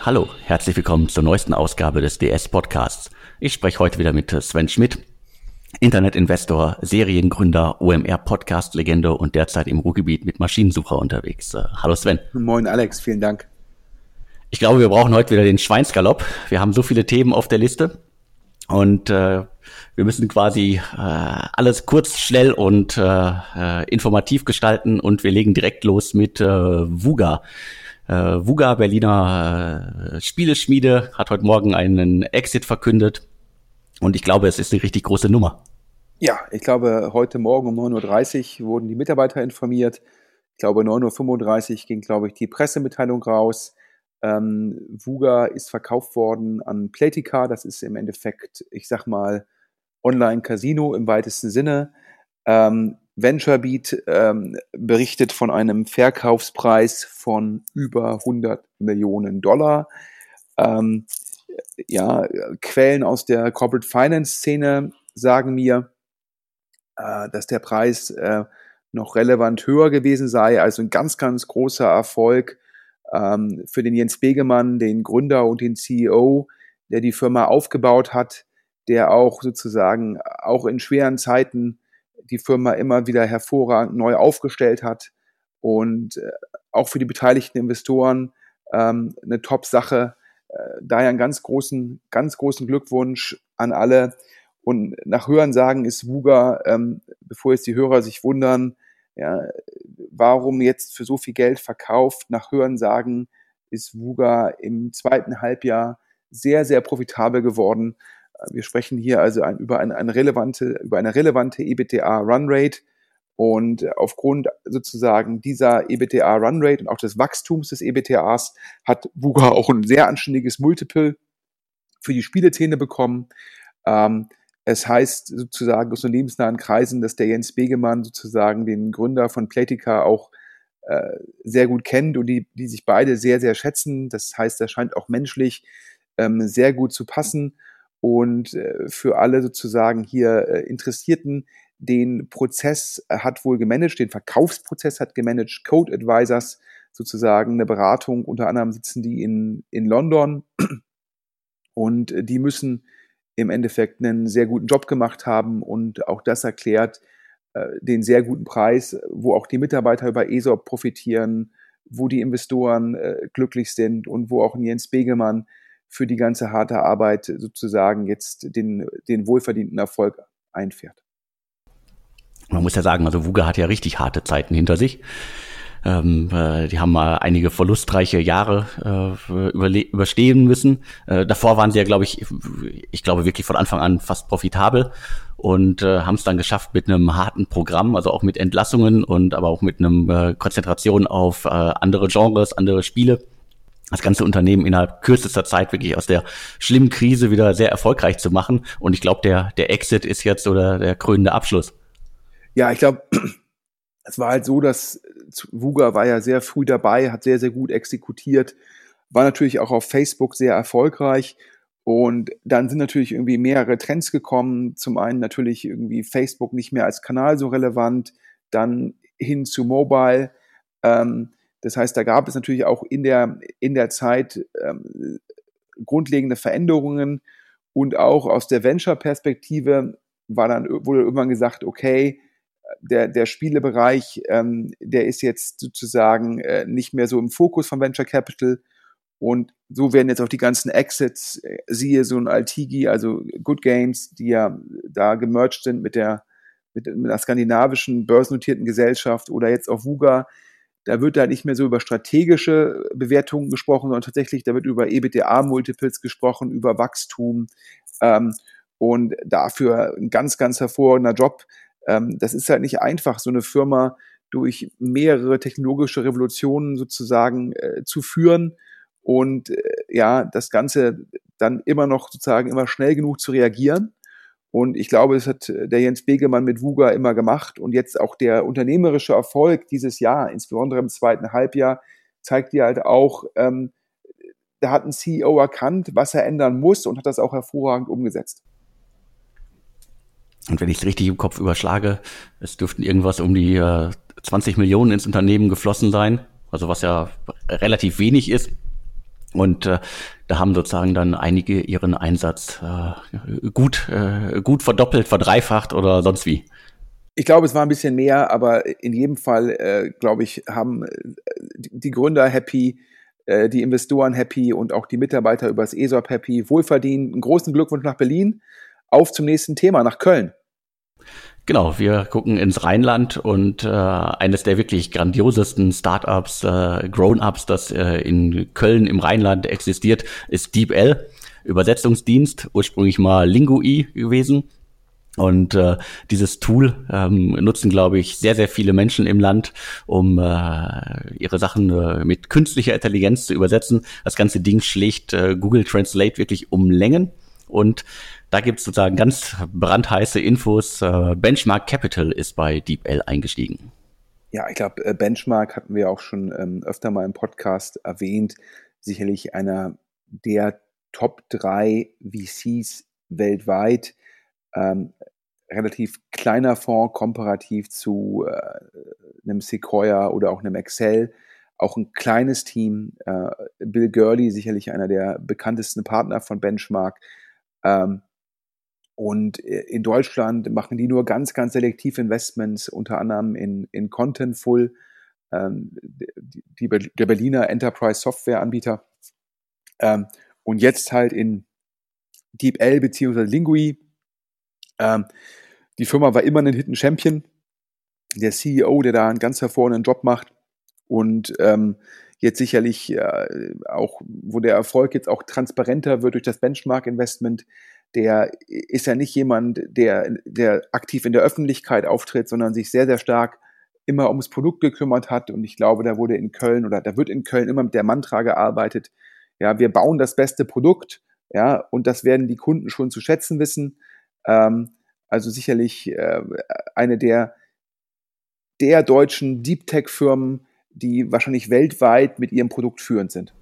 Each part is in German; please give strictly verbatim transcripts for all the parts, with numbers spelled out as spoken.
Hallo, herzlich willkommen zur neuesten Ausgabe des D S-Podcasts. Ich spreche heute wieder mit Sven Schmidt, Internetinvestor, Seriengründer, O M R-Podcast-Legende und derzeit im Ruhrgebiet mit Maschinensucher unterwegs. Hallo Sven. Moin Alex, vielen Dank. Ich glaube, wir brauchen heute wieder den Schweinsgalopp. Wir haben so viele Themen auf der Liste und äh, wir müssen quasi äh, alles kurz, schnell und äh, informativ gestalten und wir legen direkt los mit äh, VUGA. Uh, VUGA, Berliner uh, Spieleschmiede, hat heute Morgen einen Exit verkündet und ich glaube, es ist eine richtig große Nummer. Ja, ich glaube, heute Morgen um neun Uhr dreißig wurden die Mitarbeiter informiert. Ich glaube, neun Uhr fünfunddreißig ging, glaube ich, die Pressemitteilung raus. Ähm, VUGA ist verkauft worden an Playtika. Das ist im Endeffekt, ich sag mal, Online-Casino im weitesten Sinne. Ähm, VentureBeat ähm, berichtet von einem Verkaufspreis von über hundert Millionen Dollar. Ähm, ja, Quellen aus der Corporate Finance Szene sagen mir, äh, dass der Preis äh, noch relevant höher gewesen sei. Also ein ganz, ganz großer Erfolg ähm, für den Jens Begemann, den Gründer und den C E O, der die Firma aufgebaut hat, der auch sozusagen auch in schweren Zeiten die Firma immer wieder hervorragend neu aufgestellt hat und äh, auch für die beteiligten Investoren ähm, eine Top-Sache. Äh, daher einen ganz großen, ganz großen Glückwunsch an alle. Und nach Hörensagen ist VUGA, ähm, bevor jetzt die Hörer sich wundern, ja, warum jetzt für so viel Geld verkauft, nach Hörensagen ist VUGA im zweiten Halbjahr sehr, sehr profitabel geworden. Wir sprechen hier also ein, über, eine, eine relevante, über eine relevante EBITDA-Runrate und aufgrund sozusagen dieser EBITDA-Runrate und auch des Wachstums des E B T As hat VUGA auch ein sehr anständiges Multiple für die Spieleszene bekommen. Ähm, es heißt sozusagen aus unternehmensnahen Kreisen, dass der Jens Begemann sozusagen den Gründer von Playtika auch äh, sehr gut kennt und die, die sich beide sehr, sehr schätzen. Das heißt, das scheint auch menschlich ähm, sehr gut zu passen. Und äh, für alle sozusagen hier äh, Interessierten, den Prozess hat wohl gemanagt, den Verkaufsprozess hat gemanagt, Code Advisors, sozusagen eine Beratung, unter anderem sitzen die in, in London und äh, die müssen im Endeffekt einen sehr guten Job gemacht haben und auch das erklärt äh, den sehr guten Preis, wo auch die Mitarbeiter über E S O P profitieren, wo die Investoren äh, glücklich sind und wo auch ein Jens Begemann für die ganze harte Arbeit sozusagen jetzt den, den wohlverdienten Erfolg einfährt. Man muss ja sagen, also VUGA hat ja richtig harte Zeiten hinter sich. Ähm, äh, die haben mal einige verlustreiche Jahre äh, überle- überstehen müssen. Äh, davor waren sie ja, glaube ich, ich glaube wirklich von Anfang an fast profitabel und äh, haben es dann geschafft mit einem harten Programm, also auch mit Entlassungen und aber auch mit einem äh, Konzentration auf äh, andere Genres, andere Spiele. Das ganze Unternehmen innerhalb kürzester Zeit wirklich aus der schlimmen Krise wieder sehr erfolgreich zu machen. Und ich glaube, der der Exit ist jetzt oder der krönende Abschluss. Ja, ich glaube, es war halt so, dass VUGA war ja sehr früh dabei, hat sehr, sehr gut exekutiert, war natürlich auch auf Facebook sehr erfolgreich. Und dann sind natürlich irgendwie mehrere Trends gekommen. Zum einen natürlich irgendwie Facebook nicht mehr als Kanal so relevant, dann hin zu Mobile. Ähm, Das heißt, da gab es natürlich auch in der, in der Zeit ähm, grundlegende Veränderungen und auch aus der Venture-Perspektive war dann, wurde irgendwann gesagt, okay, der, der Spielebereich, ähm, der ist jetzt sozusagen äh, nicht mehr so im Fokus von Venture Capital und so werden jetzt auch die ganzen Exits, äh, siehe so ein Altigi, also Good Games, die ja da gemerged sind mit der, mit, mit einer skandinavischen börsennotierten Gesellschaft oder jetzt auch VUGA. Da wird da nicht mehr so über strategische Bewertungen gesprochen, sondern tatsächlich, da wird über E B T A-Multiples gesprochen, über Wachstum ähm, und dafür ein ganz, ganz hervorragender Job. Ähm, das ist halt nicht einfach, so eine Firma durch mehrere technologische Revolutionen sozusagen äh, zu führen und äh, ja, das Ganze dann immer noch sozusagen immer schnell genug zu reagieren. Und ich glaube, das hat der Jens Begemann mit VUGA immer gemacht. Und jetzt auch der unternehmerische Erfolg dieses Jahr, insbesondere im zweiten Halbjahr, zeigt dir halt auch, ähm, da hat ein C E O erkannt, was er ändern muss und hat das auch hervorragend umgesetzt. Und wenn ich es richtig im Kopf überschlage, es dürften irgendwas um die äh, zwanzig Millionen ins Unternehmen geflossen sein, also was ja relativ wenig ist. Und äh, da haben sozusagen dann einige ihren Einsatz äh, gut, äh, gut verdoppelt, verdreifacht oder sonst wie. Ich glaube, es war ein bisschen mehr, aber in jedem Fall, äh, glaube ich, haben äh, die Gründer happy, äh, die Investoren happy und auch die Mitarbeiter über das E S O P happy, wohlverdient. Einen großen Glückwunsch nach Berlin. Auf zum nächsten Thema, nach Köln. Genau, wir gucken ins Rheinland und äh, eines der wirklich grandiosesten Startups, äh, Grown-ups, das äh, in Köln im Rheinland existiert, ist DeepL, Übersetzungsdienst, ursprünglich mal Lingui gewesen. Und äh, dieses Tool ähm, nutzen, glaube ich, sehr, sehr viele Menschen im Land, um äh, ihre Sachen äh, mit künstlicher Intelligenz zu übersetzen. Das ganze Ding schlägt äh, Google Translate wirklich um Längen. Und da gibt es sozusagen ganz brandheiße Infos. Äh, Benchmark Capital ist bei DeepL eingestiegen. Ja, ich glaube, äh, Benchmark hatten wir auch schon ähm, öfter mal im Podcast erwähnt. Sicherlich einer der Top drei V Cs weltweit. Ähm, relativ kleiner Fonds komparativ zu äh, einem Sequoia oder auch einem Excel. Auch ein kleines Team. Äh, Bill Gurley, sicherlich einer der bekanntesten Partner von Benchmark. Ähm, und in Deutschland machen die nur ganz, ganz selektiv Investments, unter anderem in, in Contentful, ähm, die, die, der Berliner Enterprise Software Anbieter. Ähm, und jetzt halt in DeepL beziehungsweise Lingui. Ähm, die Firma war immer ein Hidden Champion. Der C E O, der da einen ganz hervorragenden Job macht und ähm, jetzt sicherlich äh, auch, wo der Erfolg jetzt auch transparenter wird durch das Benchmark-Investment, der ist ja nicht jemand, der, der aktiv in der Öffentlichkeit auftritt, sondern sich sehr, sehr stark immer ums Produkt gekümmert hat. Und ich glaube, da wurde in Köln oder da wird in Köln immer mit der Mantra gearbeitet, ja, wir bauen das beste Produkt, ja, und das werden die Kunden schon zu schätzen wissen. Ähm, also sicherlich äh, eine der, der deutschen Deep Tech-Firmen, die wahrscheinlich weltweit mit ihrem Produkt führend sind.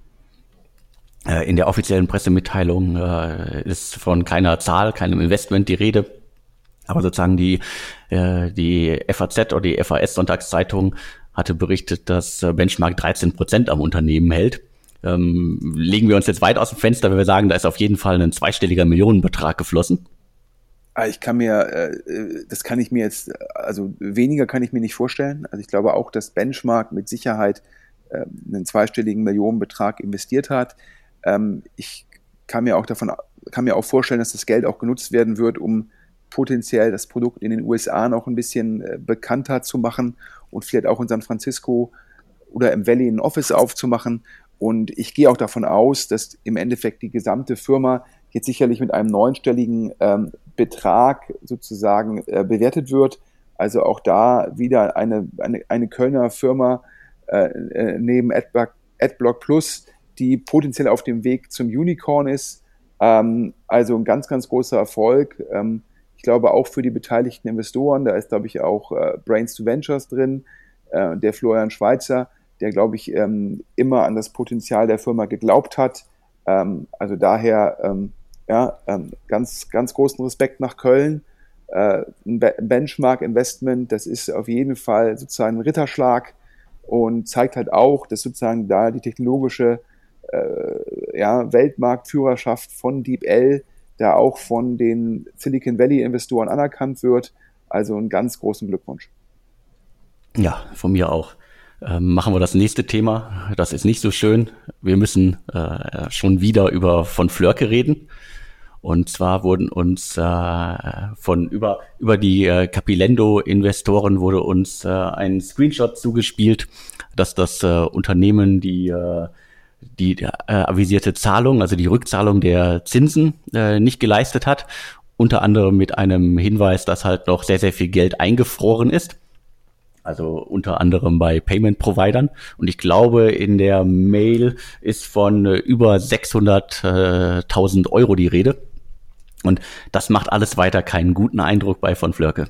In der offiziellen Pressemitteilung äh, ist von keiner Zahl, keinem Investment die Rede. Aber sozusagen die, äh, die F A Z oder die F A S-Sonntagszeitung hatte berichtet, dass Benchmark dreizehn Prozent am Unternehmen hält. Ähm, legen wir uns jetzt weit aus dem Fenster, wenn wir sagen, da ist auf jeden Fall ein zweistelliger Millionenbetrag geflossen. Ich kann mir, äh, das kann ich mir jetzt, also weniger kann ich mir nicht vorstellen. Also ich glaube auch, dass Benchmark mit Sicherheit äh, einen zweistelligen Millionenbetrag investiert hat. Ähm, ich kann mir auch davon, kann mir auch vorstellen, dass das Geld auch genutzt werden wird, um potenziell das Produkt in den U S A noch ein bisschen äh, bekannter zu machen und vielleicht auch in San Francisco oder im Valley ein Office aufzumachen. Und ich gehe auch davon aus, dass im Endeffekt die gesamte Firma jetzt sicherlich mit einem neunstelligen ähm, Betrag sozusagen äh, bewertet wird. Also auch da wieder eine, eine, eine Kölner Firma äh, neben Adblock, Adblock Plus, die potenziell auf dem Weg zum Unicorn ist. Ähm, also ein ganz, ganz großer Erfolg. Ähm, ich glaube auch für die beteiligten Investoren, da ist, glaube ich, auch äh, Brains to Ventures drin, äh, der Florian Schweitzer, der, glaube ich, ähm, immer an das Potenzial der Firma geglaubt hat. Ähm, also daher, ähm, ja, ähm, ganz, ganz großen Respekt nach Köln. Äh, ein Be- Benchmark-Investment, das ist auf jeden Fall sozusagen ein Ritterschlag und zeigt halt auch, dass sozusagen da die technologische äh, ja, Weltmarktführerschaft von DeepL da auch von den Silicon Valley-Investoren anerkannt wird. Also einen ganz großen Glückwunsch. Ja, von mir auch. Ähm, machen wir das nächste Thema. Das ist nicht so schön. Wir müssen äh, schon wieder über von Flörke reden. Und zwar wurden uns äh, von über über die äh, Capilendo-Investoren wurde uns äh, ein Screenshot zugespielt, dass das äh, Unternehmen die äh, die äh, avisierte Zahlung, also die Rückzahlung der Zinsen äh, nicht geleistet hat. Unter anderem mit einem Hinweis, dass halt noch sehr, sehr viel Geld eingefroren ist. Also unter anderem bei Payment-Providern. Und ich glaube, in der Mail ist von äh, über sechshunderttausend Euro die Rede. Und das macht alles weiter keinen guten Eindruck bei von Flörke.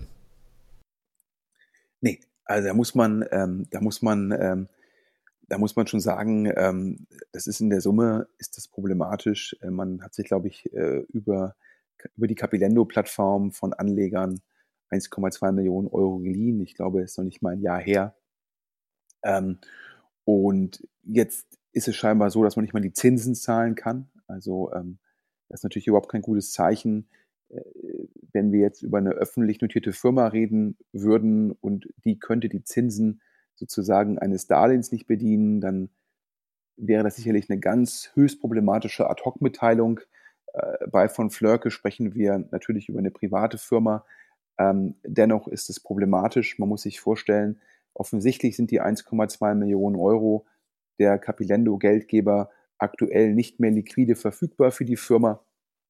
Nee, also da muss man, ähm, da muss man, ähm, da muss man schon sagen, ähm, das ist in der Summe, ist das problematisch. Äh, man hat sich, glaube ich, äh, über, über die Capilendo-Plattform von Anlegern eins Komma zwei Millionen Euro geliehen. Ich glaube, es ist noch nicht mal ein Jahr her. Ähm, und jetzt ist es scheinbar so, dass man nicht mal die Zinsen zahlen kann. Also ähm, das ist natürlich überhaupt kein gutes Zeichen. Äh, wenn wir jetzt über eine öffentlich notierte Firma reden würden und die könnte die Zinsen sozusagen eines Darlehens nicht bedienen, dann wäre das sicherlich eine ganz höchst problematische Ad-Hoc-Mitteilung. Äh, bei von Flörke sprechen wir natürlich über eine private Firma. Ähm, dennoch ist es problematisch. Man muss sich vorstellen, offensichtlich sind die eins Komma zwei Millionen Euro der Capilendo-Geldgeber aktuell nicht mehr liquide verfügbar für die Firma.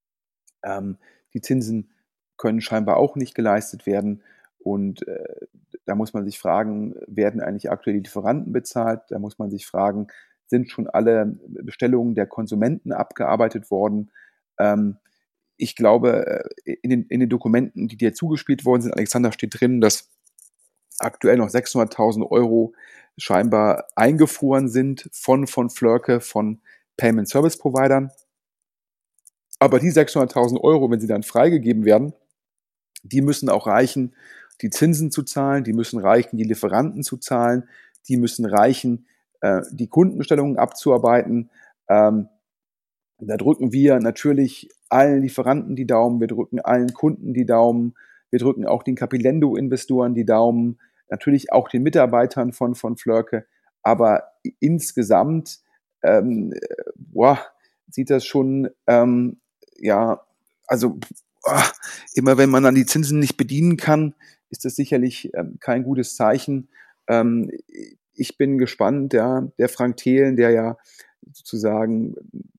Ähm, die Zinsen können scheinbar auch nicht geleistet werden. Und äh, da muss man sich fragen, werden eigentlich aktuell die Lieferanten bezahlt? Da muss man sich fragen, sind schon alle Bestellungen der Konsumenten abgearbeitet worden? Ähm, ich glaube, äh, in den, in den Dokumenten, die dir zugespielt worden sind, Alexander, steht drin, dass aktuell noch sechshunderttausend Euro scheinbar eingefroren sind von, von Flörke, von Payment Service Providern. Aber die sechshunderttausend Euro, wenn sie dann freigegeben werden, die müssen auch reichen, die Zinsen zu zahlen, die müssen reichen, die Lieferanten zu zahlen, die müssen reichen, äh, die Kundenbestellungen abzuarbeiten. Ähm, da drücken wir natürlich allen Lieferanten die Daumen, wir drücken allen Kunden die Daumen, wir drücken auch den Capilendo-Investoren die Daumen, natürlich auch den Mitarbeitern von, von Flörke, aber insgesamt ähm, boah, sieht das schon, ähm, ja, also boah, immer wenn man dann die Zinsen nicht bedienen kann, ist das sicherlich ähm, kein gutes Zeichen. Ähm, ich bin gespannt, ja, der Frank Thelen, der ja sozusagen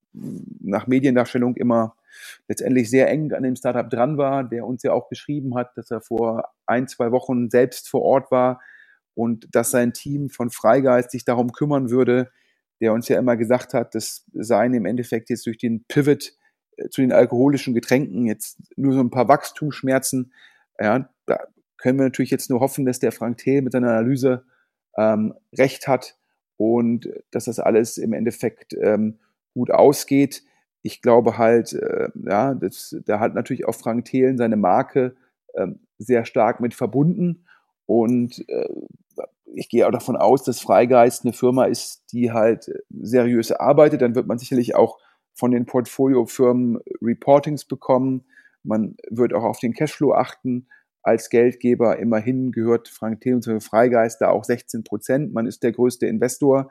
nach Mediendarstellung immer letztendlich sehr eng an dem Startup dran war, der uns ja auch geschrieben hat, dass er vor ein, zwei Wochen selbst vor Ort war und dass sein Team von Freigeist sich darum kümmern würde, der uns ja immer gesagt hat, das seien im Endeffekt jetzt durch den Pivot äh, zu den alkoholischen Getränken jetzt nur so ein paar Wachstumsschmerzen. Ja, da können wir natürlich jetzt nur hoffen, dass der Frank Thelen mit seiner Analyse ähm, recht hat und dass das alles im Endeffekt ähm, gut ausgeht. Ich glaube halt, äh, ja, das, da hat natürlich auch Frank Thelen seine Marke ähm, sehr stark mit verbunden und äh, ich gehe auch davon aus, dass Freigeist eine Firma ist, die halt seriös arbeitet. Dann wird man sicherlich auch von den Portfoliofirmen Reportings bekommen. Man wird auch auf den Cashflow achten. Als Geldgeber immerhin gehört Frank Thelen zu Freigeist da auch sechzehn Prozent. Man ist der größte Investor.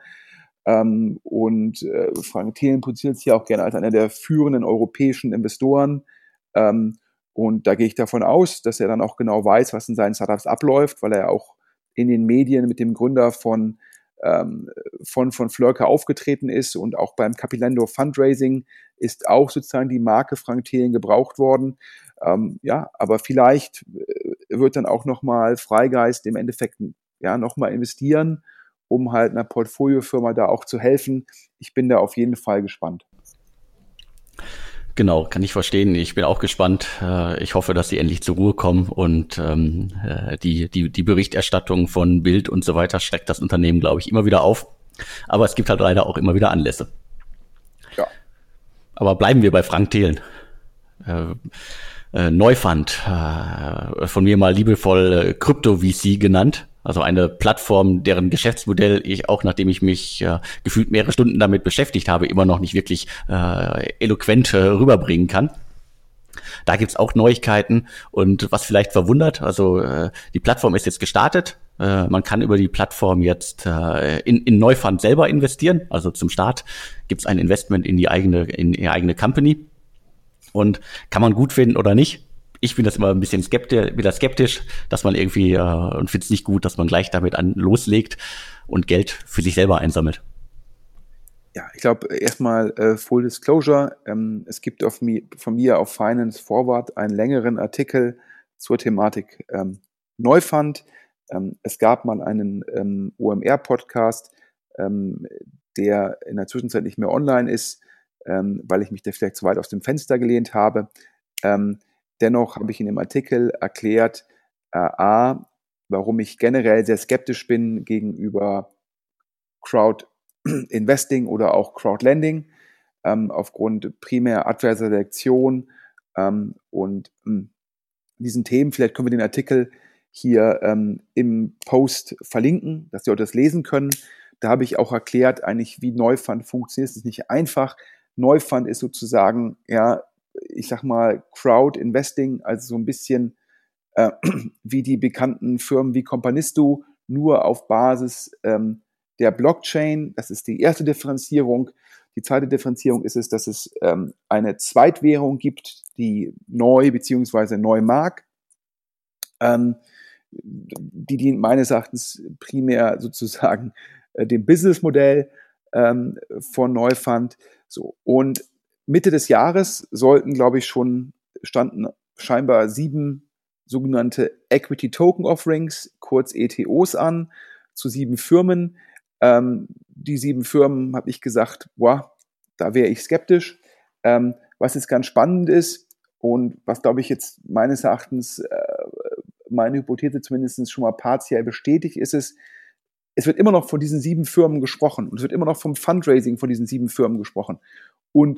Ähm, und äh, Frank Thelen positioniert sich ja auch gerne als einer der führenden europäischen Investoren. Ähm, und da gehe ich davon aus, dass er dann auch genau weiß, was in seinen Startups abläuft, weil er auch in den Medien mit dem Gründer von, ähm, von, von Flörke aufgetreten ist und auch beim Capilendo Fundraising ist auch sozusagen die Marke Frank Thelen gebraucht worden. Ähm, ja, aber vielleicht wird dann auch nochmal Freigeist im Endeffekt ja, nochmal investieren, um halt einer Portfoliofirma da auch zu helfen. Ich bin da auf jeden Fall gespannt. Genau, kann ich verstehen. Ich bin auch gespannt. Ich hoffe, dass sie endlich zur Ruhe kommen und ähm, die, die, die Berichterstattung von Bild und so weiter schreckt das Unternehmen, glaube ich, immer wieder auf. Aber es gibt halt leider auch immer wieder Anlässe. Ja. Aber bleiben wir bei Frank Thelen. Äh, äh, Neufund, äh, von mir mal liebevoll äh, Krypto-V C genannt. Also eine Plattform, deren Geschäftsmodell ich auch, nachdem ich mich äh, gefühlt mehrere Stunden damit beschäftigt habe, immer noch nicht wirklich äh, eloquent äh, rüberbringen kann. Da gibt's auch Neuigkeiten und was vielleicht verwundert, also äh, die Plattform ist jetzt gestartet. Äh, man kann über die Plattform jetzt äh, in, in Neufund selber investieren. Also zum Start gibt's ein Investment in die eigene, in die eigene Company. Und kann man gut finden oder nicht? Ich bin das immer ein bisschen skeptisch, wieder skeptisch, dass man irgendwie äh, und finde es nicht gut, dass man gleich damit an loslegt und Geld für sich selber einsammelt. Ja, ich glaube, erstmal äh, Full Disclosure. Ähm, es gibt auf mi, von mir auf Finance Forward einen längeren Artikel zur Thematik ähm, Neufund. Ähm, es gab mal einen ähm, O M R-Podcast, ähm, der in der Zwischenzeit nicht mehr online ist, ähm, weil ich mich da vielleicht zu weit aus dem Fenster gelehnt habe. Ähm, dennoch habe ich in dem Artikel erklärt, äh, a, warum ich generell sehr skeptisch bin gegenüber Crowd Investing oder auch Crowdlending ähm, aufgrund primär adverser Selektion ähm, und ähm, diesen Themen. Vielleicht können wir den Artikel hier ähm, im Post verlinken, dass Sie auch das lesen können. da habe ich auch erklärt, eigentlich, wie Neufund funktioniert. Es ist nicht einfach. Neufund ist sozusagen, ja, ich sag mal, Crowd-Investing, also so ein bisschen äh, wie die bekannten Firmen wie Companisto, nur auf Basis ähm, der Blockchain. Das ist die erste Differenzierung. Die zweite Differenzierung ist es, dass es ähm, eine Zweitwährung gibt, die neu bzw. Neumark. Ähm, die dient meines Erachtens primär sozusagen äh, dem Businessmodell ähm, von Neufund. So. Und Mitte des Jahres sollten, glaube ich, schon standen scheinbar sieben sogenannte Equity Token Offerings, kurz E T Os an, zu sieben Firmen. Ähm, die sieben Firmen, habe ich gesagt, boah, da wäre ich skeptisch. Ähm, was jetzt ganz spannend ist und was, glaube ich, jetzt meines Erachtens äh, meine Hypothese zumindest schon mal partiell bestätigt, ist es, es wird immer noch von diesen sieben Firmen gesprochen und es wird immer noch vom Fundraising von diesen sieben Firmen gesprochen. Und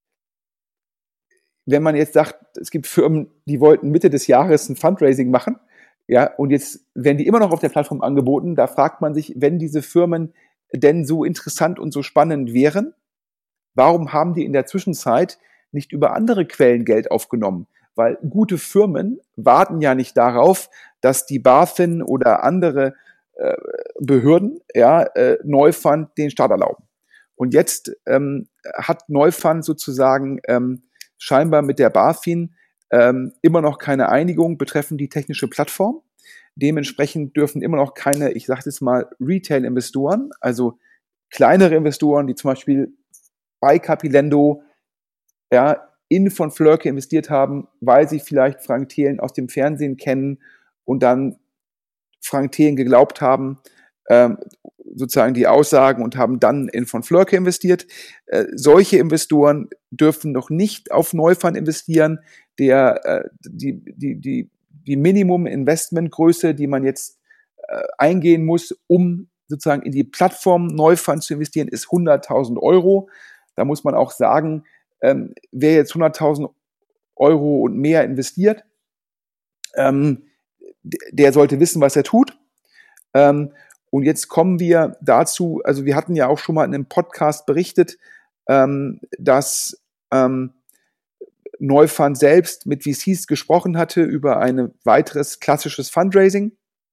wenn man jetzt sagt, es gibt Firmen, die wollten Mitte des Jahres ein Fundraising machen, ja, und jetzt werden die immer noch auf der Plattform angeboten, da fragt man sich, wenn diese Firmen denn so interessant und so spannend wären, warum haben die in der Zwischenzeit nicht über andere Quellen Geld aufgenommen? Weil gute Firmen warten ja nicht darauf, dass die BaFin oder andere äh, Behörden ja, äh, Neufund den Start erlauben. Und jetzt ähm, hat Neufund sozusagen ähm, scheinbar mit der BaFin ähm, immer noch keine Einigung betreffend die technische Plattform. Dementsprechend dürfen immer noch keine, ich sage jetzt mal, Retail-Investoren, also kleinere Investoren, die zum Beispiel bei Capilendo ja, in von Flörke investiert haben, weil sie vielleicht Frank Thelen aus dem Fernsehen kennen und dann Frank Thelen geglaubt haben, ähm, sozusagen die Aussagen und haben dann in von Flörke investiert. Äh, solche Investoren dürfen noch nicht auf Neufund investieren. Der, äh, die, die, die, die Minimum-Investmentgröße, die man jetzt äh, eingehen muss, um sozusagen in die Plattform Neufund zu investieren, ist hunderttausend Euro. Da muss man auch sagen, ähm, wer jetzt hunderttausend Euro und mehr investiert, ähm, der sollte wissen, was er tut. Ähm, und jetzt kommen wir dazu, also wir hatten ja auch schon mal in einem Podcast berichtet, ähm, dass ähm, Neufund selbst mit V Cs gesprochen hatte über ein weiteres klassisches Fundraising.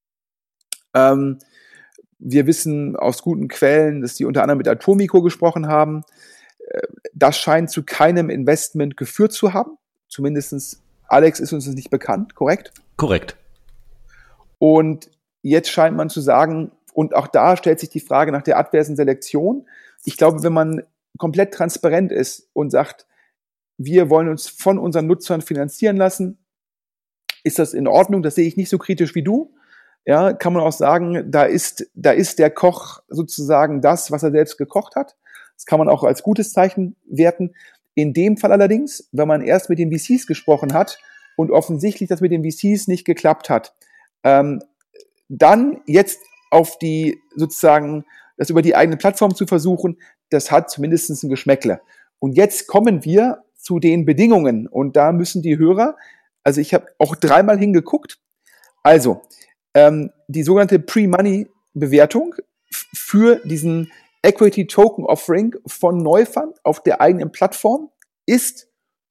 Ähm, wir wissen aus guten Quellen, dass die unter anderem mit Atomico gesprochen haben. Das scheint zu keinem Investment geführt zu haben. Zumindest, Alex, ist uns das nicht bekannt, korrekt? Korrekt. Und jetzt scheint man zu sagen, und auch da stellt sich die Frage nach der adversen Selektion. Ich glaube, wenn man komplett transparent ist und sagt, wir wollen uns von unseren Nutzern finanzieren lassen, ist das in Ordnung. Das sehe ich nicht so kritisch wie du. Ja, kann man auch sagen, da ist, da ist der Koch sozusagen das, was er selbst gekocht hat. Das kann man auch als gutes Zeichen werten. In dem Fall allerdings, wenn man erst mit den V Cs gesprochen hat und offensichtlich das mit den V Cs nicht geklappt hat, ähm, dann jetzt auf die sozusagen das über die eigene Plattform zu versuchen, das hat zumindest ein Geschmäckle. Und jetzt kommen wir zu den Bedingungen und da müssen die Hörer, also ich habe auch dreimal hingeguckt, also ähm, die sogenannte Pre-Money-Bewertung f- für diesen Equity Token Offering von Neufund auf der eigenen Plattform ist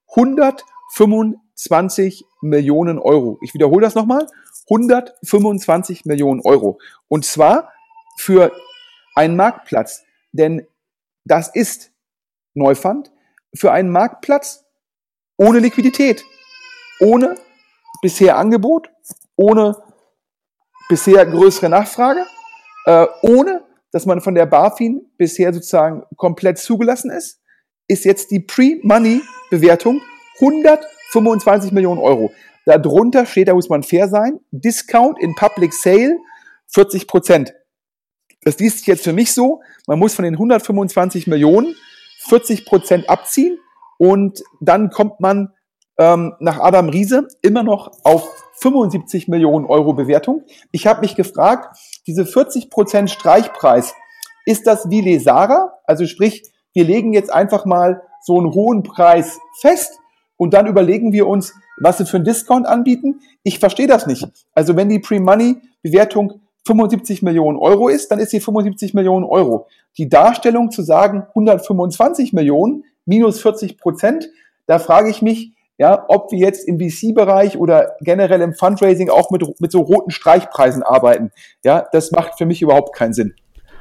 hundertfünfundzwanzig Millionen Euro. Ich wiederhole das nochmal. hundertfünfundzwanzig Millionen Euro. Und zwar für einen Marktplatz. Denn das ist Neufund für einen Marktplatz ohne Liquidität, ohne bisher Angebot, ohne bisher größere Nachfrage, äh, ohne dass man von der BaFin bisher sozusagen komplett zugelassen ist, ist jetzt die Pre-Money-Bewertung hundertfünfundzwanzig Millionen Euro. Darunter steht, da muss man fair sein, Discount in Public Sale vierzig Prozent. Das liest sich jetzt für mich so, man muss von den hundertfünfundzwanzig Millionen vierzig Prozent abziehen und dann kommt man ähm, nach Adam Riese immer noch auf fünfundsiebzig Millionen Euro Bewertung. Ich habe mich gefragt, diese vierzig Prozent Streichpreis, ist das wie Lesara? Also sprich, wir legen jetzt einfach mal so einen hohen Preis fest und dann überlegen wir uns, was sie für einen Discount anbieten. Ich verstehe das nicht. Also wenn die Pre-Money-Bewertung fünfundsiebzig Millionen Euro ist, dann ist sie fünfundsiebzig Millionen Euro. Die Darstellung zu sagen, hundertfünfundzwanzig Millionen minus vierzig Prozent, da frage ich mich, ja, ob wir jetzt im V C-Bereich oder generell im Fundraising auch mit, mit so roten Streichpreisen arbeiten. Ja, das macht für mich überhaupt keinen Sinn.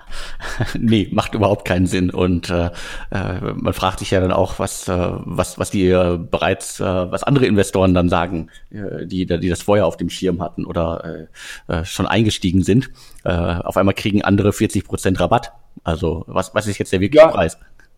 Nee, macht überhaupt keinen Sinn. Und äh, man fragt sich ja dann auch, was, äh, was, was die äh, bereits, äh, was andere Investoren dann sagen, äh, die, die das vorher auf dem Schirm hatten oder äh, schon eingestiegen sind. Äh, auf einmal kriegen andere vierzig Prozent Rabatt. Also was, was ist jetzt der wirkliche ja. Preis?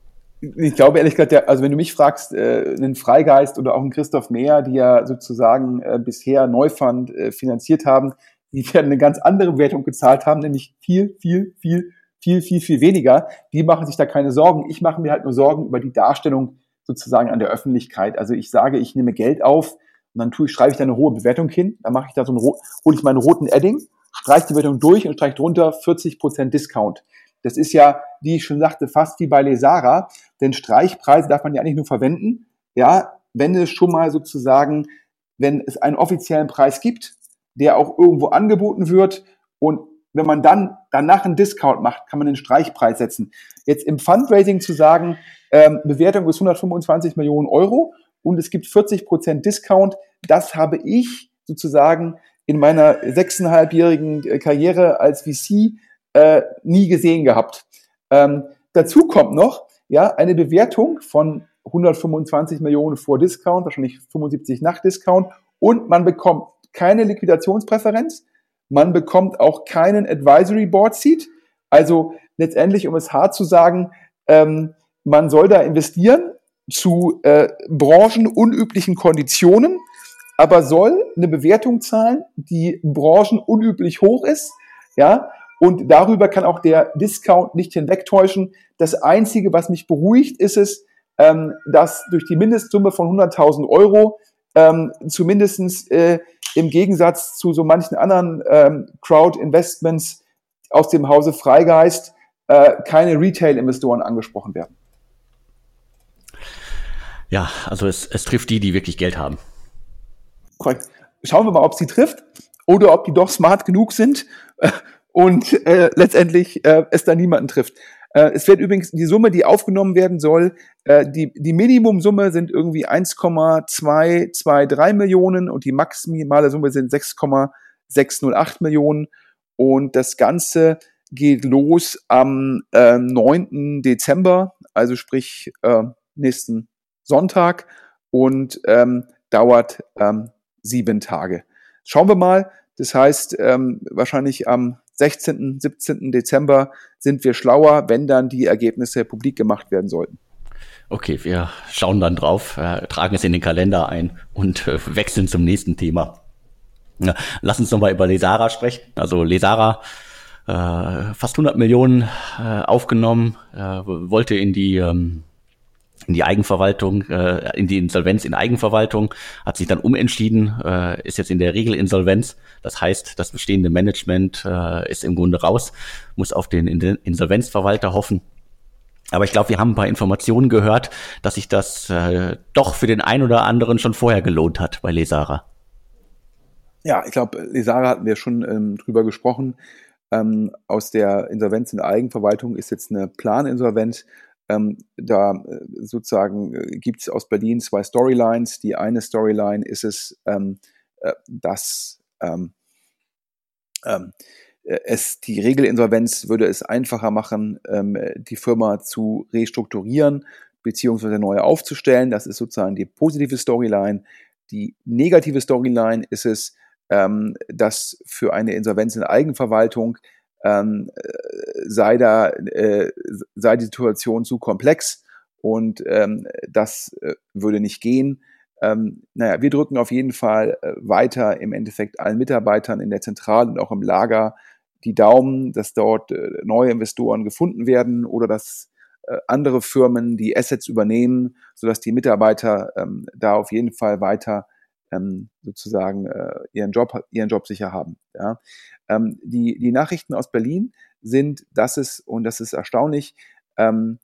Ich glaube ehrlich gesagt, der, also wenn du mich fragst, äh, einen Freigeist oder auch einen Christoph Mehr, die ja sozusagen äh, bisher Neufund äh, finanziert haben, die werden eine ganz andere Bewertung gezahlt haben, nämlich viel, viel, viel, viel, viel, viel weniger. Die machen sich da keine Sorgen. Ich mache mir halt nur Sorgen über die Darstellung sozusagen an der Öffentlichkeit. Also ich sage, ich nehme Geld auf und dann tue ich, schreibe ich da eine hohe Bewertung hin, dann mache ich da so einen, hole ich meinen roten Edding, streiche die Bewertung durch und streiche drunter vierzig Prozent Discount. Das ist ja, wie ich schon sagte, fast wie bei Lesara, denn Streichpreise darf man ja eigentlich nur verwenden, ja, wenn es schon mal sozusagen, wenn es einen offiziellen Preis gibt, der auch irgendwo angeboten wird und wenn man dann danach einen Discount macht, kann man den Streichpreis setzen. Jetzt im Fundraising zu sagen, ähm, Bewertung ist hundertfünfundzwanzig Millionen Euro und es gibt vierzig Prozent Discount, das habe ich sozusagen in meiner sechseinhalbjährigen Karriere als V C äh, nie gesehen gehabt. Ähm, dazu kommt noch, ja, eine Bewertung von hundertfünfundzwanzig Millionen vor Discount, wahrscheinlich fünfundsiebzig nach Discount und man bekommt keine Liquidationspräferenz, man bekommt auch keinen Advisory Board Seat, also letztendlich, um es hart zu sagen, ähm, man soll da investieren zu äh, branchenunüblichen Konditionen, aber soll eine Bewertung zahlen, die branchenunüblich hoch ist, ja, und darüber kann auch der Discount nicht hinwegtäuschen. Das Einzige, was mich beruhigt, ist es, ähm, dass durch die Mindestsumme von hunderttausend Euro ähm, zumindestens äh, im Gegensatz zu so manchen anderen ähm, Crowd-Investments aus dem Hause Freigeist äh, keine Retail-Investoren angesprochen werden. Ja, also es, es trifft die, die wirklich Geld haben. Korrekt. Schauen wir mal, ob sie trifft oder ob die doch smart genug sind äh, und äh, letztendlich äh, es da niemanden trifft. Äh, es wird übrigens die Summe, die aufgenommen werden soll, äh, die, die Minimumsumme sind irgendwie eins Komma zwei zwei drei Millionen und die maximale Summe sind sechs Komma sechs null acht Millionen und das Ganze geht los am äh, neunten Dezember, also sprich äh, nächsten Sonntag und ähm, dauert ähm, sieben Tage. Schauen wir mal, das heißt ähm, wahrscheinlich am sechzehnten, siebzehnten Dezember sind wir schlauer, wenn dann die Ergebnisse publik gemacht werden sollten. Okay, wir schauen dann drauf, äh, tragen es in den Kalender ein und äh, wechseln zum nächsten Thema. Ja, lass uns nochmal über Lesara sprechen. Also Lesara, äh, fast hundert Millionen äh, aufgenommen, äh, wollte in die ähm, in die Eigenverwaltung, äh, in die Insolvenz in Eigenverwaltung, hat sich dann umentschieden, äh, ist jetzt in der Regel Insolvenz. Das heißt, das bestehende Management äh, ist im Grunde raus, muss auf den Insolvenzverwalter hoffen. Aber ich glaube, wir haben ein paar Informationen gehört, dass sich das äh, doch für den einen oder anderen schon vorher gelohnt hat bei Lesara. Ja, ich glaube, Lesara hatten wir schon ähm, drüber gesprochen. Ähm, aus der Insolvenz in der Eigenverwaltung ist jetzt eine Planinsolvenz. Ähm, da äh, sozusagen äh, gibt es aus Berlin zwei Storylines. Die eine Storyline ist es, ähm, äh, dass ähm, ähm, es die Regelinsolvenz würde es einfacher machen, ähm, die Firma zu restrukturieren beziehungsweise neu aufzustellen. Das ist sozusagen die positive Storyline. Die negative Storyline ist es, ähm, dass für eine Insolvenz in Eigenverwaltung Ähm, sei da äh, sei die Situation zu komplex und ähm, das äh, würde nicht gehen. Ähm, naja, wir drücken auf jeden Fall äh, weiter im Endeffekt allen Mitarbeitern in der Zentrale und auch im Lager die Daumen, dass dort äh, neue Investoren gefunden werden oder dass äh, andere Firmen die Assets übernehmen, sodass die Mitarbeiter ähm, da auf jeden Fall weiter ähm, sozusagen äh, ihren Job ihren Job sicher haben. Ja. Ähm, die, die Nachrichten aus Berlin sind, dass es, und das ist erstaunlich, ähm,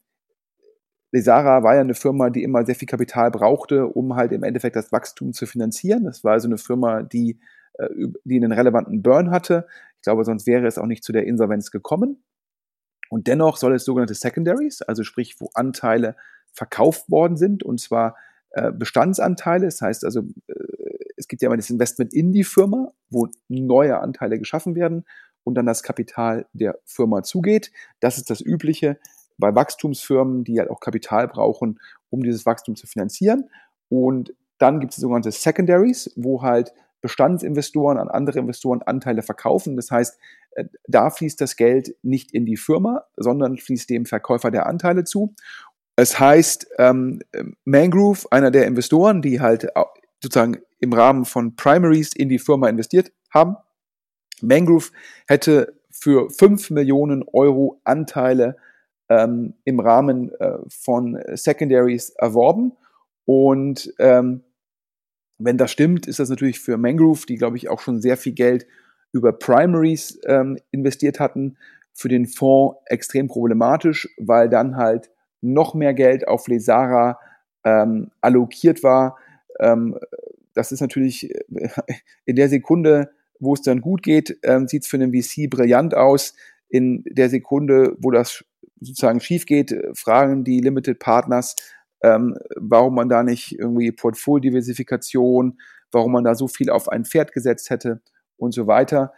Lesara war ja eine Firma, die immer sehr viel Kapital brauchte, um halt im Endeffekt das Wachstum zu finanzieren. Das war also eine Firma, die, äh, die einen relevanten Burn hatte. Ich glaube, sonst wäre es auch nicht zu der Insolvenz gekommen. Und dennoch soll es sogenannte Secondaries, also sprich, wo Anteile verkauft worden sind, und zwar äh, Bestandsanteile. Das heißt also, äh, es gibt ja immer das Investment in die Firma, wo neue Anteile geschaffen werden und dann das Kapital der Firma zugeht. Das ist das Übliche bei Wachstumsfirmen, die halt auch Kapital brauchen, um dieses Wachstum zu finanzieren. Und dann gibt es sogenannte Secondaries, wo halt Bestandsinvestoren an andere Investoren Anteile verkaufen. Das heißt, da fließt das Geld nicht in die Firma, sondern fließt dem Verkäufer der Anteile zu. Es heißt, ähm, Mangrove, einer der Investoren, die halt sozusagen im Rahmen von Primaries in die Firma investiert haben, Mangrove hätte für fünf Millionen Euro Anteile ähm, im Rahmen äh, von Secondaries erworben. Und ähm, wenn das stimmt, ist das natürlich für Mangrove, die, glaube ich, auch schon sehr viel Geld über Primaries ähm, investiert hatten, für den Fonds extrem problematisch, weil dann halt noch mehr Geld auf Lesara ähm, allokiert war. Ähm, das ist natürlich in der Sekunde, wo es dann gut geht, ähm, sieht es für einen V C brillant aus. In der Sekunde, wo das sozusagen schief geht, fragen die Limited Partners, ähm, warum man da nicht irgendwie Portfoliodiversifikation, warum man da so viel auf ein Pferd gesetzt hätte und so weiter.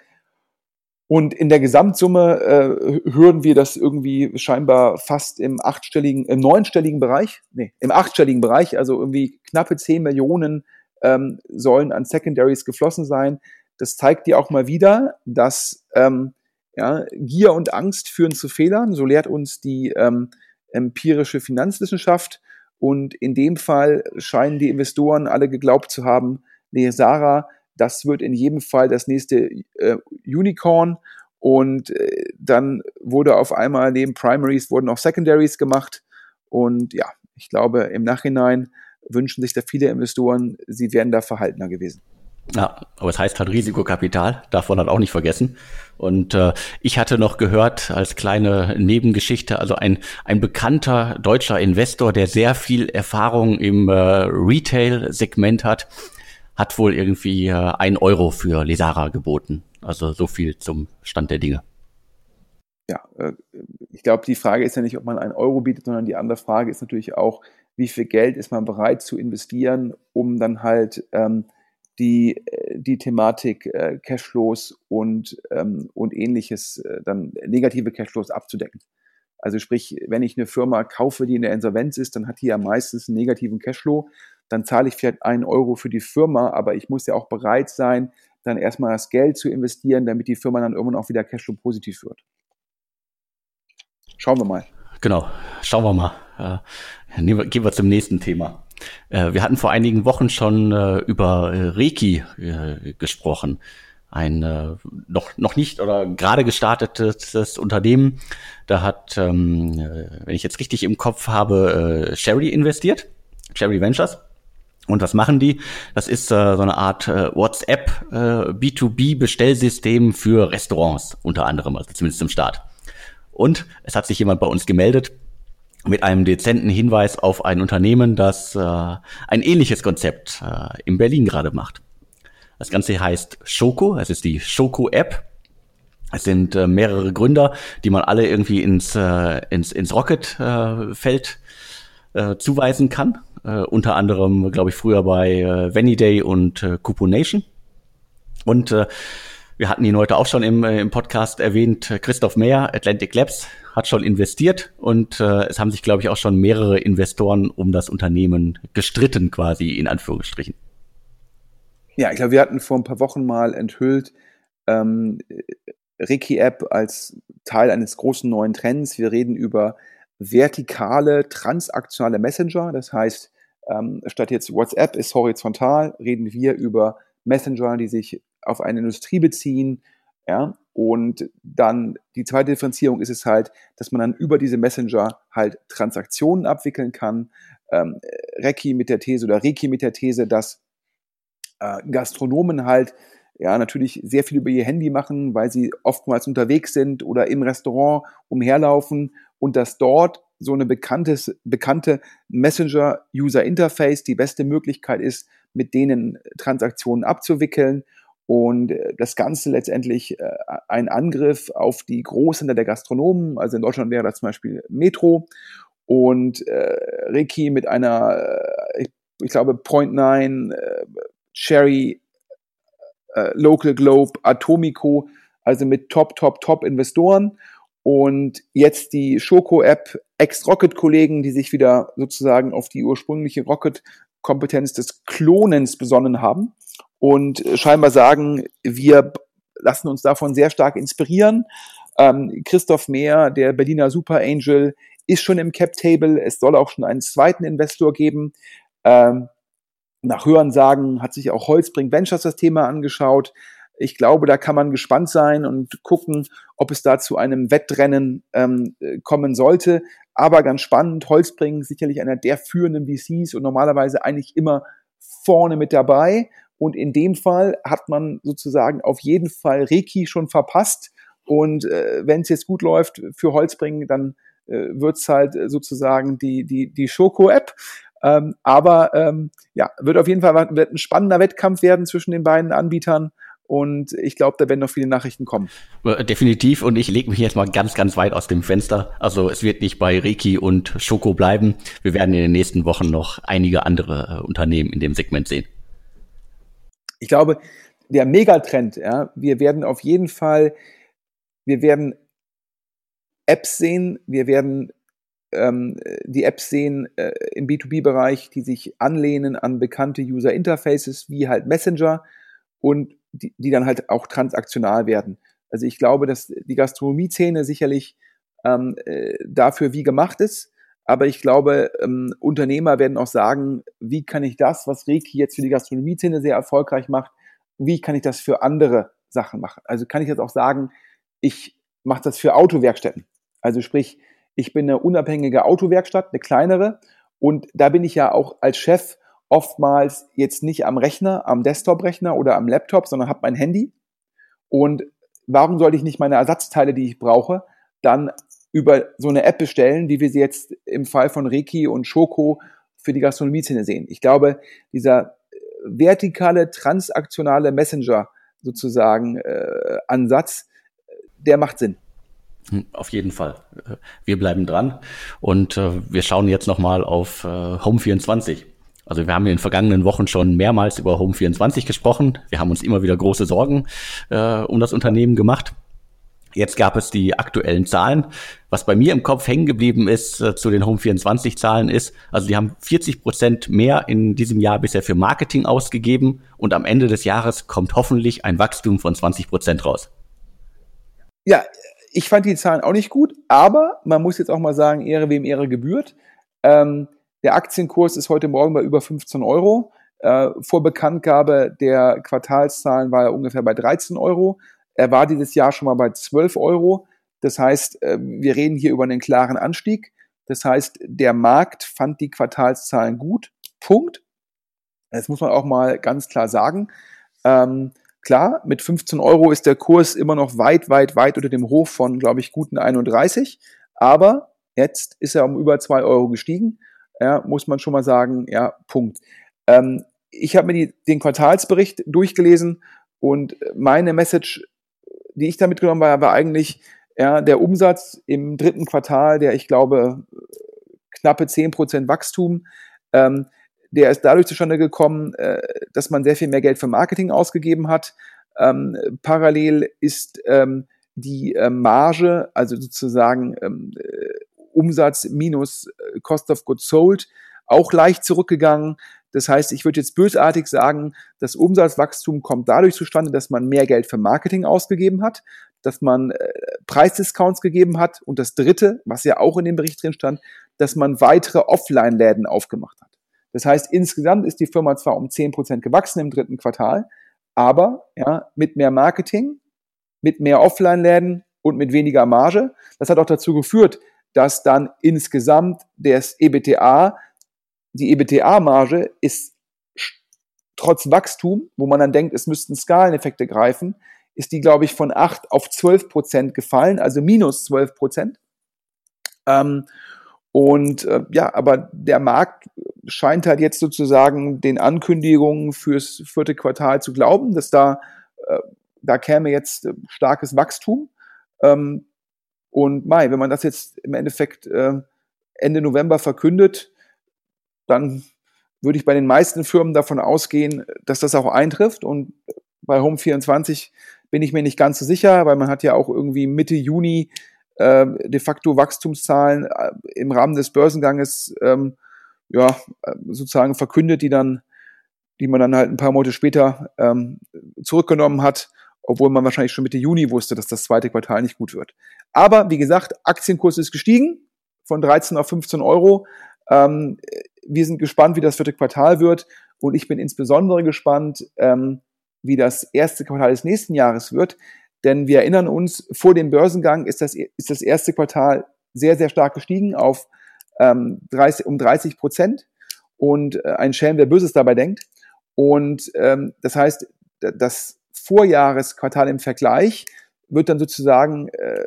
Und in der Gesamtsumme äh, hören wir das irgendwie scheinbar fast im achtstelligen, im neunstelligen Bereich, nee, im achtstelligen Bereich, also irgendwie knappe zehn Millionen ähm, sollen an Secondaries geflossen sein. Das zeigt dir auch mal wieder, dass ähm, ja, Gier und Angst führen zu Fehlern. So lehrt uns die ähm, empirische Finanzwissenschaft. Und in dem Fall scheinen die Investoren alle geglaubt zu haben, Lesara, das wird in jedem Fall das nächste äh, Unicorn. Und äh, dann wurde auf einmal neben Primaries wurden auch Secondaries gemacht. Und ja, ich glaube, im Nachhinein wünschen sich da viele Investoren, sie wären da verhaltener gewesen. Ja, aber es heißt halt Risikokapital, darf man halt auch nicht vergessen. Und äh, ich hatte noch gehört als kleine Nebengeschichte, also ein ein bekannter deutscher Investor, der sehr viel Erfahrung im äh, Retail-Segment hat, hat wohl irgendwie äh, ein Euro für Lesara geboten. Also so viel zum Stand der Dinge. Ja, äh, ich glaube, die Frage ist ja nicht, ob man einen Euro bietet, sondern die andere Frage ist natürlich auch, wie viel Geld ist man bereit zu investieren, um dann halt ähm, die, die Thematik äh, Cashflows und, ähm, und ähnliches, äh, dann negative Cashflows abzudecken. Also sprich, wenn ich eine Firma kaufe, die in der Insolvenz ist, dann hat die ja meistens einen negativen Cashflow, dann zahle ich vielleicht einen Euro für die Firma, aber ich muss ja auch bereit sein, dann erstmal das Geld zu investieren, damit die Firma dann irgendwann auch wieder Cashflow positiv wird. Schauen wir mal. Genau, schauen wir mal. Äh, gehen wir zum nächsten Thema. Wir hatten vor einigen Wochen schon äh, über äh, Reiki äh, gesprochen. Ein äh, noch noch nicht oder gerade gestartetes Unternehmen. Da hat, ähm, wenn ich jetzt richtig im Kopf habe, äh, Sherry investiert, Sherry Ventures. Und was machen die? Das ist äh, so eine Art äh, WhatsApp äh, B zwei B Bestellsystem für Restaurants unter anderem, also zumindest zum Start. Und es hat sich jemand bei uns gemeldet mit einem dezenten Hinweis auf ein Unternehmen, das äh, ein ähnliches Konzept äh, in Berlin gerade macht. Das Ganze heißt Shoko, es ist die Shoko-App. Es sind äh, mehrere Gründer, die man alle irgendwie ins, äh, ins, ins Rocket-Feld äh, zuweisen kann. Äh, unter anderem, glaube ich, früher bei äh, Veniday und äh, Couponation. Und äh, wir hatten ihn heute auch schon im, äh, im Podcast erwähnt, Christoph Meyer, Atlantic Labs, hat schon investiert und äh, es haben sich, glaube ich, auch schon mehrere Investoren um das Unternehmen gestritten, quasi in Anführungsstrichen. Ja, ich glaube, wir hatten vor ein paar Wochen mal enthüllt, ähm, Reiki-App als Teil eines großen neuen Trends. Wir reden über vertikale, transaktionale Messenger. Das heißt, ähm, statt jetzt WhatsApp ist horizontal, reden wir über Messenger, die sich auf eine Industrie beziehen. Ja, und dann die zweite Differenzierung ist es halt, dass man dann über diese Messenger halt Transaktionen abwickeln kann. Ähm, Reiki mit der These oder Reiki mit der These, dass äh, Gastronomen halt ja natürlich sehr viel über ihr Handy machen, weil sie oftmals unterwegs sind oder im Restaurant umherlaufen und dass dort so eine bekanntes, bekannte Messenger-User-Interface die beste Möglichkeit ist, mit denen Transaktionen abzuwickeln. Und äh, das Ganze letztendlich äh, ein Angriff auf die Großhändler der Gastronomen, also in Deutschland wäre das zum Beispiel Metro und äh, Ricky mit einer, äh, ich, ich glaube, Point Nine, äh, Cherry, äh, Local Globe, Atomico, also mit Top, Top, Top Investoren. Und jetzt die Schoko-App, Ex-Rocket-Kollegen, die sich wieder sozusagen auf die ursprüngliche Rocket-Kompetenz des Klonens besonnen haben und scheinbar sagen, wir lassen uns davon sehr stark inspirieren. Ähm, Christoph Mehr, der Berliner Super Angel, ist schon im Cap-Table. Es soll auch schon einen zweiten Investor geben. Ähm, nach Hörensagen hat sich auch Holzbrink Ventures das Thema angeschaut. Ich glaube, da kann man gespannt sein und gucken, ob es da zu einem Wettrennen ähm, kommen sollte. Aber ganz spannend, Holzbrink sicherlich einer der führenden V Cs und normalerweise eigentlich immer vorne mit dabei. Und in dem Fall hat man sozusagen auf jeden Fall Ricky schon verpasst. Und äh, wenn es jetzt gut läuft für Holzbrink, dann äh, wird es halt sozusagen die, die, die Schoko-App. Ähm, aber ähm, ja, wird auf jeden Fall wird ein spannender Wettkampf werden zwischen den beiden Anbietern. Und ich glaube, da werden noch viele Nachrichten kommen. Definitiv. Und ich lege mich jetzt mal ganz, ganz weit aus dem Fenster. Also es wird nicht bei Ricky und Schoko bleiben. Wir werden in den nächsten Wochen noch einige andere äh, Unternehmen in dem Segment sehen. Ich glaube, der Megatrend, ja, wir werden auf jeden Fall, wir werden Apps sehen, wir werden ähm, die Apps sehen äh, im B zwei B-Bereich, die sich anlehnen an bekannte User-Interfaces wie halt Messenger und die, die dann halt auch transaktional werden. Also ich glaube, dass die Gastronomie-Szene sicherlich ähm, äh, dafür wie gemacht ist, aber ich glaube, ähm, Unternehmer werden auch sagen, wie kann ich das, was Ricky jetzt für die Gastronomie-Szene sehr erfolgreich macht, wie kann ich das für andere Sachen machen? Also kann ich jetzt auch sagen, ich mache das für Autowerkstätten. Also sprich, ich bin eine unabhängige Autowerkstatt, eine kleinere, und da bin ich ja auch als Chef oftmals jetzt nicht am Rechner, am Desktop-Rechner oder am Laptop, sondern habe mein Handy. Und warum sollte ich nicht meine Ersatzteile, die ich brauche, dann über so eine App bestellen, wie wir sie jetzt im Fall von Ricky und Schoko für die Gastronomie-Szene sehen? Ich glaube, dieser vertikale, transaktionale Messenger sozusagen äh, Ansatz, der macht Sinn. Auf jeden Fall. Wir bleiben dran und äh, wir schauen jetzt nochmal auf äh, Home vierundzwanzig. Also wir haben in den vergangenen Wochen schon mehrmals über Home vierundzwanzig gesprochen. Wir haben uns immer wieder große Sorgen äh, um das Unternehmen gemacht. Jetzt gab es die aktuellen Zahlen. Was bei mir im Kopf hängen geblieben ist äh, zu den Home vierundzwanzig Zahlen ist, also die haben vierzig Prozent mehr in diesem Jahr bisher für Marketing ausgegeben und am Ende des Jahres kommt hoffentlich ein Wachstum von zwanzig Prozent raus. Ja, ich fand die Zahlen auch nicht gut, aber man muss jetzt auch mal sagen, Ehre wem Ehre gebührt. Ähm, der Aktienkurs ist heute Morgen bei über fünfzehn Euro. Äh, vor Bekanntgabe der Quartalszahlen war er ungefähr bei dreizehn Euro. Er war dieses Jahr schon mal bei zwölf Euro. Das heißt, äh, wir reden hier über einen klaren Anstieg. Das heißt, der Markt fand die Quartalszahlen gut. Punkt. Das muss man auch mal ganz klar sagen. Ähm, Klar, mit fünfzehn Euro ist der Kurs immer noch weit, weit, weit unter dem Hoch von, glaube ich, guten einunddreißig. Aber jetzt ist er um über zwei Euro gestiegen. Ja, muss man schon mal sagen, ja, Punkt. Ähm, ich habe mir die, den Quartalsbericht durchgelesen und meine Message, die ich da mitgenommen habe, war eigentlich, ja, der Umsatz im dritten Quartal, der, ich glaube, knappe zehn Prozent Wachstum, ähm, der ist dadurch zustande gekommen, äh, dass man sehr viel mehr Geld für Marketing ausgegeben hat. Ähm, parallel ist ähm, die äh, Marge, also sozusagen ähm, äh, Umsatz minus äh, Cost of Goods Sold, auch leicht zurückgegangen. Das heißt, ich würde jetzt bösartig sagen, das Umsatzwachstum kommt dadurch zustande, dass man mehr Geld für Marketing ausgegeben hat, dass man äh, Preisdiscounts gegeben hat und das Dritte, was ja auch in dem Bericht drin stand, dass man weitere Offline-Läden aufgemacht hat. Das heißt, insgesamt ist die Firma zwar um zehn Prozent gewachsen im dritten Quartal, aber ja, mit mehr Marketing, mit mehr Offline-Läden und mit weniger Marge. Das hat auch dazu geführt, dass dann insgesamt das EBITDA, die EBITDA-Marge ist trotz Wachstum, wo man dann denkt, es müssten Skaleneffekte greifen, ist die, glaube ich, von acht auf zwölf Prozent gefallen, also minus zwölf Prozent. Ähm, Und äh, ja, aber der Markt scheint halt jetzt sozusagen den Ankündigungen fürs vierte Quartal zu glauben, dass da äh, da käme jetzt äh, starkes Wachstum. Ähm, und Mai, wenn man das jetzt im Endeffekt äh, Ende November verkündet, dann würde ich bei den meisten Firmen davon ausgehen, dass das auch eintrifft. Und bei Home vierundzwanzig bin ich mir nicht ganz so sicher, weil man hat ja auch irgendwie Mitte Juni äh, de facto Wachstumszahlen äh, im Rahmen des Börsenganges ähm, ja, sozusagen verkündet, die dann, die man dann halt ein paar Monate später ähm, zurückgenommen hat, obwohl man wahrscheinlich schon Mitte Juni wusste, dass das zweite Quartal nicht gut wird. Aber wie gesagt, Aktienkurs ist gestiegen von dreizehn auf fünfzehn Euro. Ähm, wir sind gespannt, wie das vierte Quartal wird, und ich bin insbesondere gespannt, ähm, wie das erste Quartal des nächsten Jahres wird, denn wir erinnern uns, vor dem Börsengang ist das, ist das erste Quartal sehr, sehr stark gestiegen auf ähm, dreißig, um dreißig Prozent, und äh, ein Schelm, wer Böses dabei denkt. Und ähm, das heißt, das Vorjahresquartal im Vergleich wird dann sozusagen äh,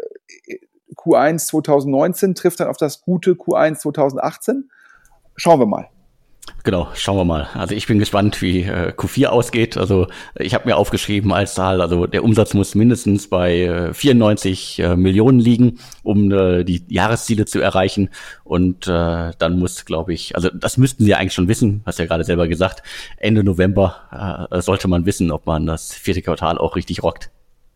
Q eins zwanzig neunzehn trifft dann auf das gute Q eins zwanzig achtzehn. Schauen wir mal. Genau, schauen wir mal. Also ich bin gespannt, wie äh, Q vier ausgeht. Also ich habe mir aufgeschrieben als Zahl, also der Umsatz muss mindestens bei äh, vierundneunzig äh, Millionen liegen, um äh, die Jahresziele zu erreichen. Und äh, dann muss, glaube ich, also das müssten Sie eigentlich schon wissen, hast ja gerade selber gesagt, Ende November äh, sollte man wissen, ob man das vierte Quartal auch richtig rockt.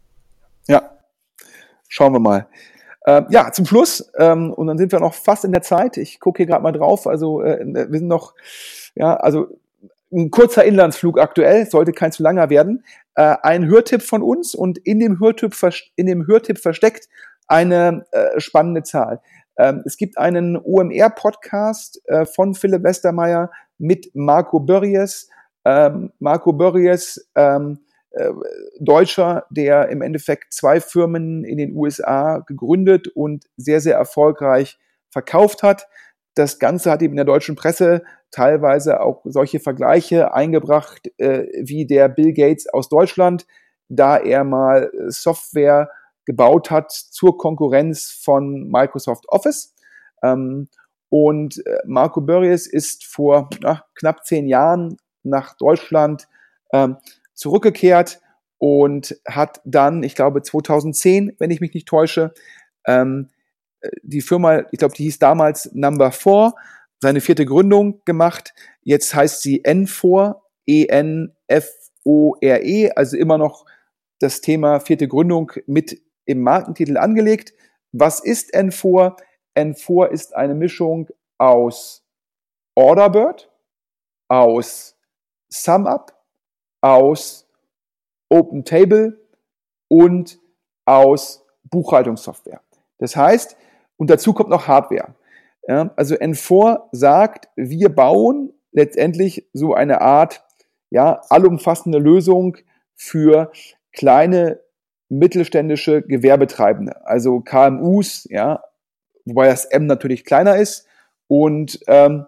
Ja, schauen wir mal. Äh, ja, zum Schluss, ähm, und dann sind wir noch fast in der Zeit. Ich gucke hier gerade mal drauf. Also äh, wir sind noch, ja, also ein kurzer Inlandsflug aktuell, sollte kein zu langer werden. Äh, ein Hörtipp von uns, und in dem Hörtipp, in dem Hörtipp versteckt eine äh, spannende Zahl. Ähm, es gibt einen O M R-Podcast äh, von Philipp Westermeier mit Marco Börries. Ähm, Marco Börries, ähm, Äh, Deutscher, der im Endeffekt zwei Firmen in den U S A gegründet und sehr, sehr erfolgreich verkauft hat. Das Ganze hat eben in der deutschen Presse teilweise auch solche Vergleiche eingebracht äh, wie der Bill Gates aus Deutschland, da er mal Software gebaut hat zur Konkurrenz von Microsoft Office. Ähm, und äh, Marco Börries ist vor na, knapp zehn Jahren nach Deutschland ähm, zurückgekehrt und hat dann, ich glaube zweitausendzehn, wenn ich mich nicht täusche, ähm, die Firma, ich glaube, die hieß damals Number Four, seine vierte Gründung gemacht. Jetzt heißt sie N vier, E N F O R E, also immer noch das Thema vierte Gründung mit im Markentitel angelegt. Was ist N vier? N vier ist eine Mischung aus Orderbird, aus SumUp, aus OpenTable und aus Buchhaltungssoftware. Das heißt, und dazu kommt noch Hardware. Ja, also N vier sagt, wir bauen letztendlich so eine Art, ja, allumfassende Lösung für kleine mittelständische Gewerbetreibende, also K M Us, ja, wobei das M natürlich kleiner ist, und ähm,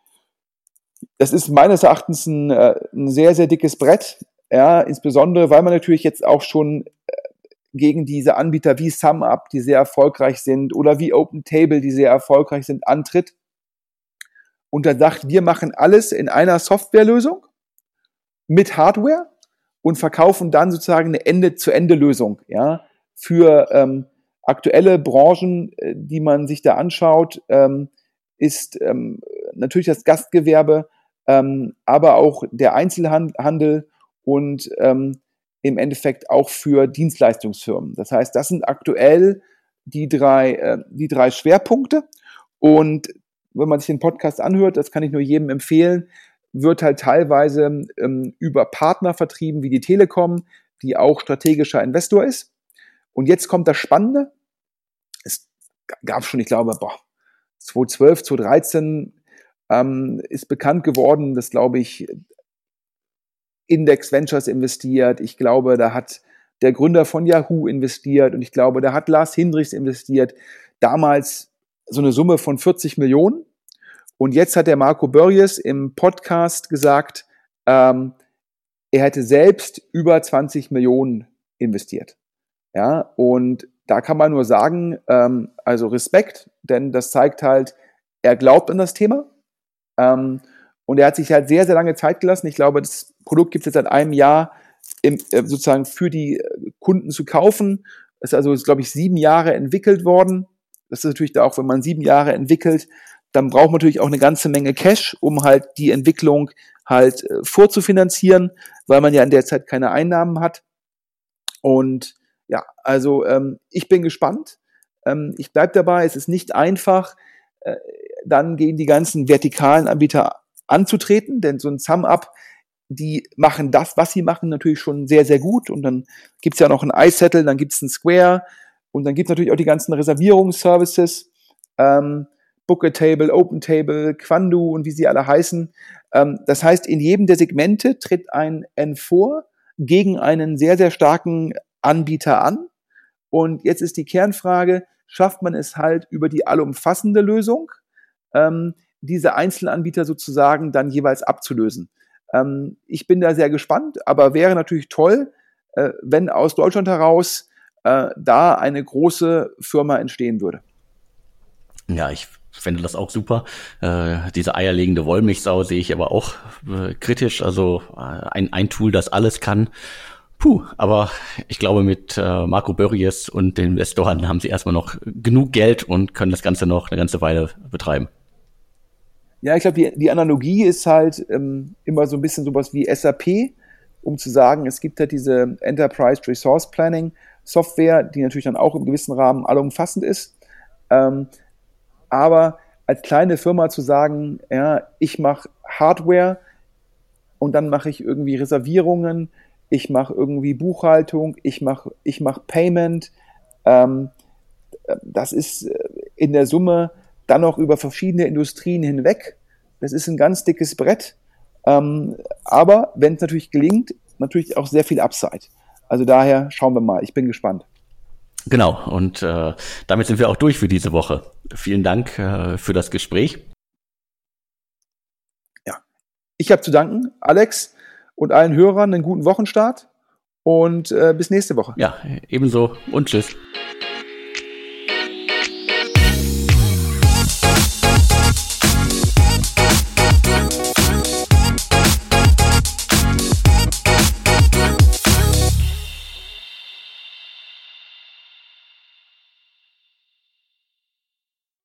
das ist meines Erachtens ein, ein sehr, sehr dickes Brett, ja, insbesondere, weil man natürlich jetzt auch schon gegen diese Anbieter wie SumUp, die sehr erfolgreich sind, oder wie OpenTable, die sehr erfolgreich sind, antritt und dann sagt, wir machen alles in einer Softwarelösung mit Hardware und verkaufen dann sozusagen eine Ende-zu-Ende-Lösung, ja, für ähm, aktuelle Branchen, die man sich da anschaut, ähm, ist ähm, natürlich das Gastgewerbe, ähm, aber auch der Einzelhandel und ähm, im Endeffekt auch für Dienstleistungsfirmen. Das heißt, das sind aktuell die drei, äh, die drei Schwerpunkte. Und wenn man sich den Podcast anhört, das kann ich nur jedem empfehlen, wird halt teilweise ähm, über Partner vertrieben wie die Telekom, die auch strategischer Investor ist. Und jetzt kommt das Spannende. Es gab schon, ich glaube, boah, zweitausendzwölf, zweitausenddreizehn ähm, ist bekannt geworden, dass, glaube ich, Index Ventures investiert. Ich glaube, da hat der Gründer von Yahoo investiert, und ich glaube, da hat Lars Hindrichs investiert. Damals so eine Summe von vierzig Millionen. Und jetzt hat der Marco Börries im Podcast gesagt, ähm, er hätte selbst über zwanzig Millionen investiert. Ja, und da kann man nur sagen, ähm, also Respekt, denn das zeigt halt, er glaubt an das Thema. Ähm, und er hat sich halt sehr, sehr lange Zeit gelassen. Ich glaube, das Produkt gibt es jetzt seit einem Jahr im, äh, sozusagen für die Kunden zu kaufen. Das ist also, glaube ich, sieben Jahre entwickelt worden. Das ist natürlich da auch, wenn man sieben Jahre entwickelt, dann braucht man natürlich auch eine ganze Menge Cash, um halt die Entwicklung halt äh, vorzufinanzieren, weil man ja in der Zeit keine Einnahmen hat. Und ja, also ähm, ich bin gespannt. Ähm, ich bleibe dabei, es ist nicht einfach, äh, dann gegen die ganzen vertikalen Anbieter anzutreten, denn so ein Sum-Up, die machen das, was sie machen, natürlich schon sehr, sehr gut. Und dann gibt's ja noch ein iSettle, dann gibt's ein Square und dann gibt's natürlich auch die ganzen Reservierungsservices, ähm, Bookatable, OpenTable, Quandu und wie sie alle heißen. Ähm, das heißt, in jedem der Segmente tritt ein N vor gegen einen sehr, sehr starken Anbieter an. Und jetzt ist die Kernfrage, schafft man es halt über die allumfassende Lösung, ähm, diese Einzelanbieter sozusagen dann jeweils abzulösen? Ähm, ich bin da sehr gespannt, aber wäre natürlich toll, äh, wenn aus Deutschland heraus äh, da eine große Firma entstehen würde. Ja, ich fände das auch super. Äh, diese eierlegende Wollmilchsau sehe ich aber auch äh, kritisch. Also äh, ein, ein Tool, das alles kann. Puh, aber ich glaube, mit äh, Marco Börries und den Investoren haben sie erstmal noch genug Geld und können das Ganze noch eine ganze Weile betreiben. Ja, ich glaube, die, die Analogie ist halt ähm, immer so ein bisschen sowas wie S A P, um zu sagen, es gibt halt diese Enterprise Resource Planning Software, die natürlich dann auch im gewissen Rahmen allumfassend ist. Ähm, aber als kleine Firma zu sagen, ja, ich mache Hardware und dann mache ich irgendwie Reservierungen, ich mache irgendwie Buchhaltung, ich mache ich mach Payment, ähm, das ist in der Summe dann noch über verschiedene Industrien hinweg. Das ist ein ganz dickes Brett. Ähm, aber wenn es natürlich gelingt, natürlich auch sehr viel Upside. Also daher schauen wir mal. Ich bin gespannt. Genau, und äh, damit sind wir auch durch für diese Woche. Vielen Dank äh, für das Gespräch. Ja, ich habe zu danken, Alex, und allen Hörern einen guten Wochenstart und äh, bis nächste Woche. Ja, ebenso und tschüss.